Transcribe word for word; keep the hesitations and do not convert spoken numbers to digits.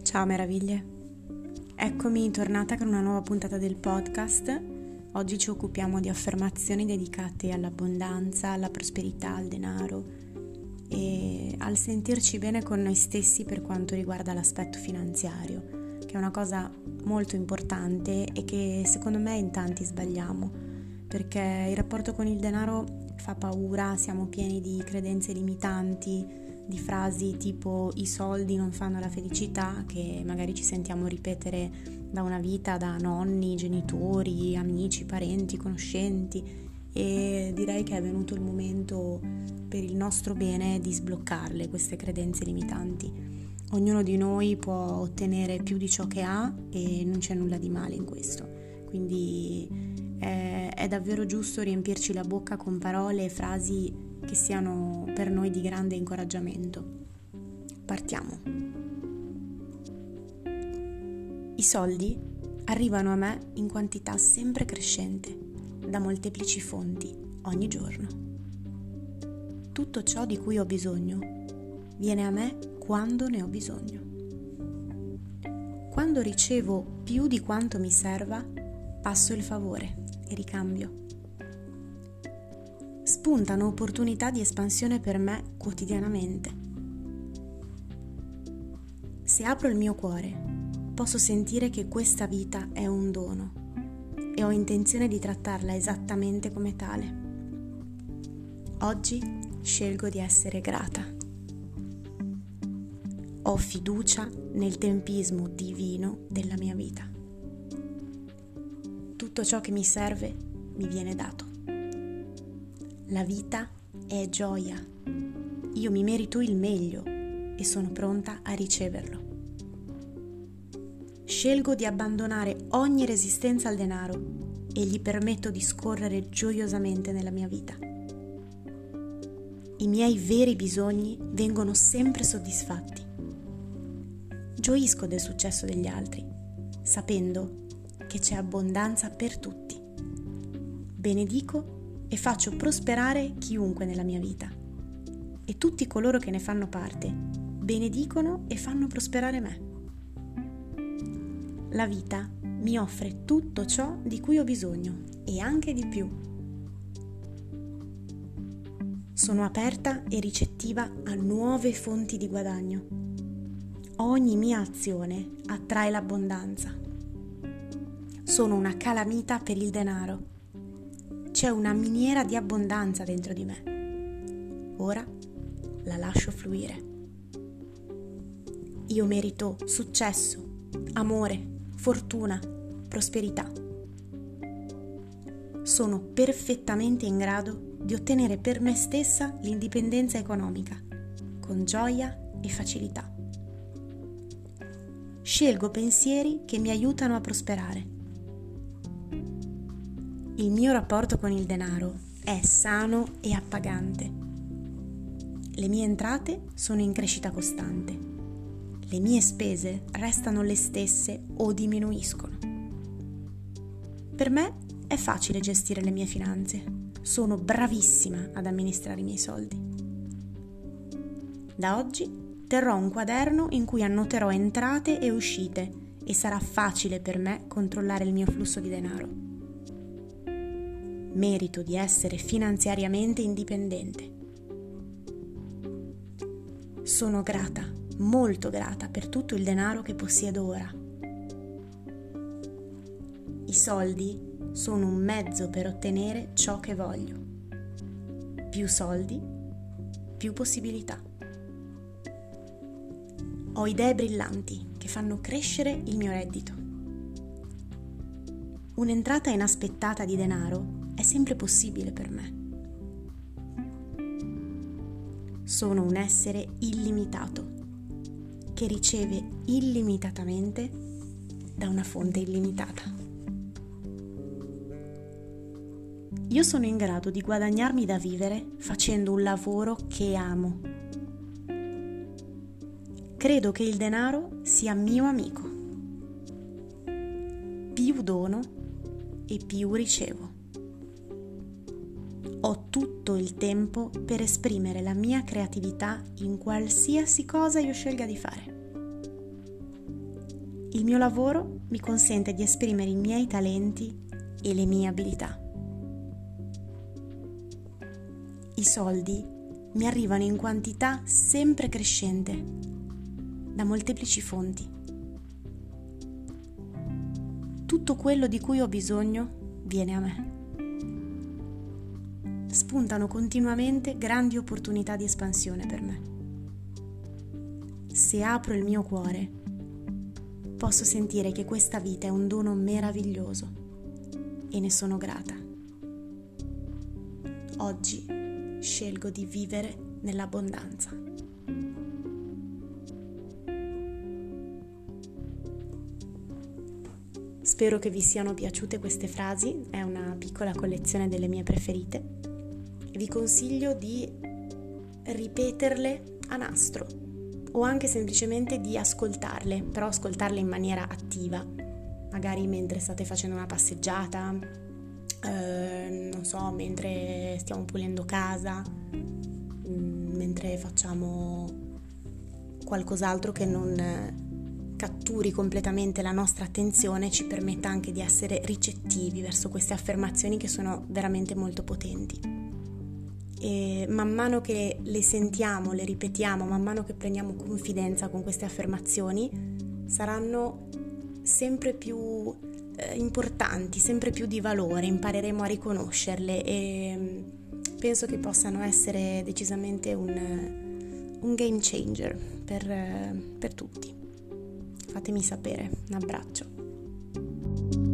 Ciao meraviglie, eccomi tornata con una nuova puntata del podcast. Oggi ci occupiamo di affermazioni dedicate all'abbondanza, alla prosperità, al denaro e al sentirci bene con noi stessi per quanto riguarda l'aspetto finanziario, che è una cosa molto importante e che secondo me in tanti sbagliamo, perché il rapporto con il denaro fa paura, siamo pieni di credenze limitanti, di frasi tipo i soldi non fanno la felicità, che magari ci sentiamo ripetere da una vita da nonni, genitori, amici, parenti, conoscenti, e direi che è venuto il momento per il nostro bene di sbloccarle queste credenze limitanti. Ognuno di noi può ottenere più di ciò che ha e non c'è nulla di male in questo, quindi è, è davvero giusto riempirci la bocca con parole e frasi che siano per noi di grande incoraggiamento. Partiamo. I soldi arrivano a me in quantità sempre crescente, da molteplici fonti, ogni giorno. Tutto ciò di cui ho bisogno viene a me quando ne ho bisogno. Quando ricevo più di quanto mi serva, passo il favore e ricambio. Spuntano opportunità di espansione per me quotidianamente. Se apro il mio cuore, posso sentire che questa vita è un dono e ho intenzione di trattarla esattamente come tale. Oggi scelgo di essere grata. Ho fiducia nel tempismo divino della mia vita. Tutto ciò che mi serve mi viene dato. La vita è gioia. Io mi merito il meglio e sono pronta a riceverlo. Scelgo di abbandonare ogni resistenza al denaro e gli permetto di scorrere gioiosamente nella mia vita. I miei veri bisogni vengono sempre soddisfatti. Gioisco del successo degli altri, sapendo che c'è abbondanza per tutti. Benedico e faccio prosperare chiunque nella mia vita. E tutti coloro che ne fanno parte benedicono e fanno prosperare me. La vita mi offre tutto ciò di cui ho bisogno e anche di più. Sono aperta e ricettiva a nuove fonti di guadagno. Ogni mia azione attrae l'abbondanza. Sono una calamita per il denaro. C'è una miniera di abbondanza dentro di me. Ora la lascio fluire. Io merito successo, amore, fortuna, prosperità. Sono perfettamente in grado di ottenere per me stessa l'indipendenza economica, con gioia e facilità. Scelgo pensieri che mi aiutano a prosperare. Il mio rapporto con il denaro è sano e appagante. Le mie entrate sono in crescita costante. Le mie spese restano le stesse o diminuiscono. Per me è facile gestire le mie finanze. Sono bravissima ad amministrare i miei soldi. Da oggi terrò un quaderno in cui annoterò entrate e uscite e sarà facile per me controllare il mio flusso di denaro. Merito di essere finanziariamente indipendente. Sono grata, molto grata per tutto il denaro che possiedo ora. I soldi sono un mezzo per ottenere ciò che voglio. Più soldi, più possibilità. Ho idee brillanti che fanno crescere il mio reddito. Un'entrata inaspettata di denaro è sempre possibile per me. Sono un essere illimitato che riceve illimitatamente da una fonte illimitata. Io sono in grado di guadagnarmi da vivere facendo un lavoro che amo. Credo che il denaro sia mio amico. Più dono e più ricevo. Ho tutto il tempo per esprimere la mia creatività in qualsiasi cosa io scelga di fare. Il mio lavoro mi consente di esprimere i miei talenti e le mie abilità. I soldi mi arrivano in quantità sempre crescente, da molteplici fonti. Tutto quello di cui ho bisogno viene a me. Spuntano continuamente grandi opportunità di espansione per me. Se apro il mio cuore, posso sentire che questa vita è un dono meraviglioso e ne sono grata. Oggi scelgo di vivere nell'abbondanza. Spero che vi siano piaciute queste frasi, è una piccola collezione delle mie preferite. Vi consiglio di ripeterle a nastro o anche semplicemente di ascoltarle, però ascoltarle in maniera attiva, magari mentre state facendo una passeggiata, eh, non so, mentre stiamo pulendo casa, mh, mentre facciamo qualcos'altro che non catturi completamente la nostra attenzione, ci permetta anche di essere ricettivi verso queste affermazioni che sono veramente molto potenti. E man mano che le sentiamo, le ripetiamo, man mano che prendiamo confidenza con queste affermazioni, saranno sempre più eh, importanti, sempre più di valore, impareremo a riconoscerle e penso che possano essere decisamente un, un game changer per, per tutti. Fatemi sapere, un abbraccio.